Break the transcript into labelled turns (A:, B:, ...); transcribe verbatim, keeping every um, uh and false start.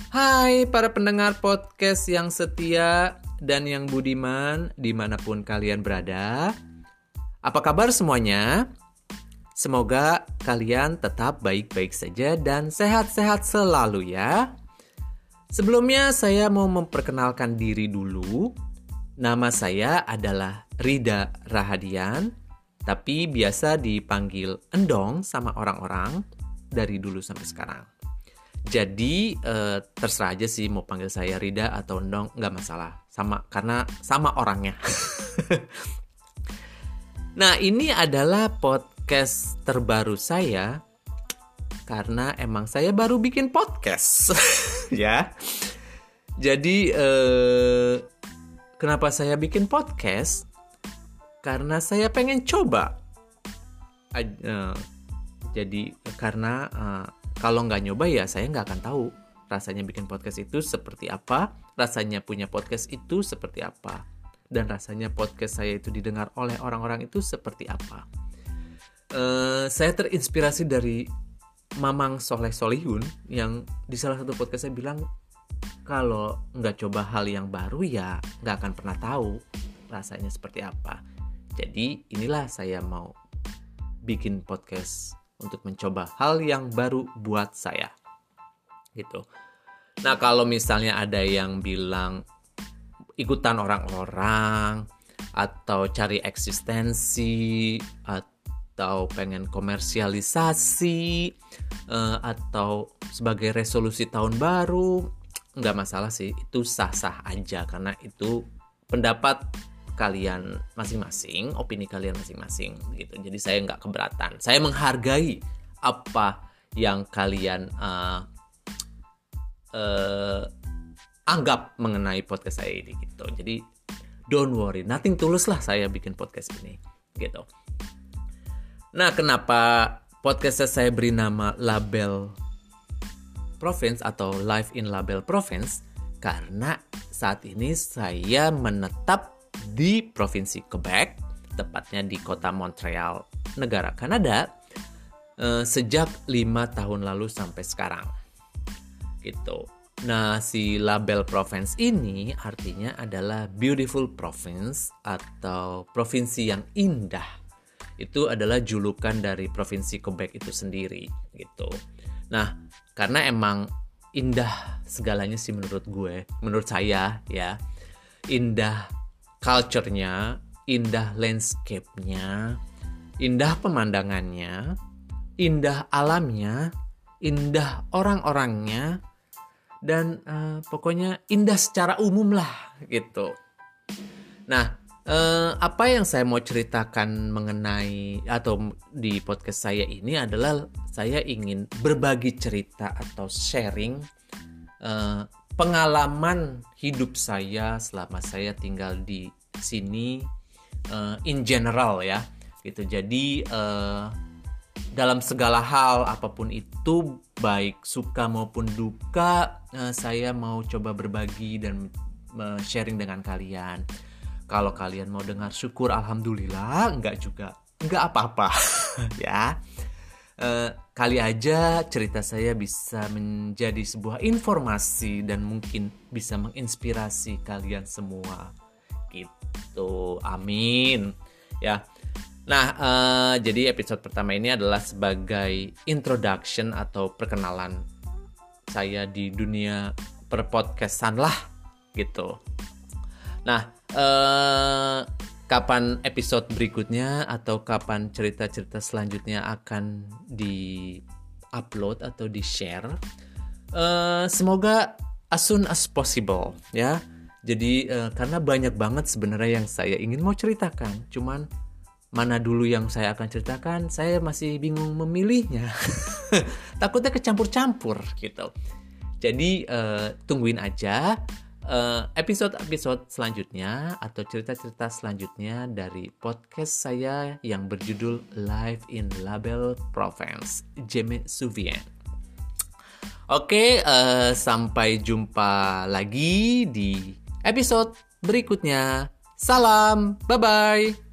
A: Hai para pendengar podcast yang setia dan yang budiman dimanapun kalian berada. Apa kabar semuanya? Semoga kalian tetap baik-baik saja dan sehat-sehat selalu ya. Sebelumnya saya mau memperkenalkan diri dulu. Nama saya adalah Rida Rahadian, tapi biasa dipanggil Endong sama orang-orang dari dulu sampai sekarang. Jadi eh, terserah aja sih mau panggil saya Rida atau Endong, nggak masalah, sama karena sama orangnya. Nah, ini adalah podcast terbaru saya karena emang saya baru bikin podcast, ya. Jadi eh, kenapa saya bikin podcast? Karena saya pengen coba. Uh, jadi karena uh, kalau nggak nyoba ya saya nggak akan tahu rasanya bikin podcast itu seperti apa, rasanya punya podcast itu seperti apa, dan rasanya podcast saya itu didengar oleh orang-orang itu seperti apa. Uh, saya terinspirasi dari Mamang Soleh Solihun yang di salah satu podcast saya bilang kalau nggak coba hal yang baru ya nggak akan pernah tahu rasanya seperti apa. Jadi inilah saya mau bikin podcast untuk mencoba hal yang baru buat saya, gitu. Nah, kalau misalnya ada yang bilang ikutan orang-orang atau cari eksistensi atau pengen komersialisasi uh, atau sebagai resolusi tahun baru, nggak masalah sih, itu sah-sah aja karena itu pendapat kalian masing-masing, opini kalian masing-masing gitu. Jadi saya nggak keberatan. Saya menghargai apa yang kalian uh, uh, anggap mengenai podcast saya ini gitu. Jadi don't worry, nothing tulus lah saya bikin podcast ini gitu. Nah, kenapa podcast saya beri nama Label Province atau Live in Label Province? Karena saat ini saya menetap di Provinsi Quebec, tepatnya di kota Montreal, negara Kanada, eh, sejak lima tahun lalu sampai sekarang. Gitu. Nah, si label province ini artinya adalah beautiful province atau provinsi yang indah. Itu adalah julukan dari Provinsi Quebec itu sendiri, gitu. Nah, karena emang indah segalanya sih menurut gue, menurut saya ya, indah culture-nya, indah landscape-nya, indah pemandangannya, indah alamnya, indah orang-orangnya, dan uh, pokoknya indah secara umum lah gitu. Nah, uh, apa yang saya mau ceritakan mengenai atau di podcast saya ini adalah saya ingin berbagi cerita atau sharing uh, pengalaman hidup saya selama saya tinggal di sini uh, in general ya gitu. Jadi uh, dalam segala hal apapun itu, baik suka maupun duka, uh, saya mau coba berbagi dan uh, sharing dengan kalian. Kalau kalian mau dengar syukur alhamdulillah, enggak juga enggak apa-apa ya. Uh, kali aja cerita saya bisa menjadi sebuah informasi dan mungkin bisa menginspirasi kalian semua gitu, amin ya. Nah, uh, jadi episode pertama ini adalah sebagai introduction atau perkenalan saya di dunia perpodcastan lah gitu. Nah, uh, kapan episode berikutnya atau kapan cerita-cerita selanjutnya akan di-upload atau di-share, uh, semoga as soon as possible ya. Jadi uh, karena banyak banget sebenarnya yang saya ingin mau ceritakan, cuman mana dulu yang saya akan ceritakan, saya masih bingung memilihnya. Takutnya kecampur-campur gitu. Jadi uh, tungguin aja Uh, episode-episode selanjutnya atau cerita-cerita selanjutnya dari podcast saya yang berjudul Live in Label Province. Je me souviens. Oke, uh, sampai jumpa lagi di episode berikutnya. Salam, bye-bye.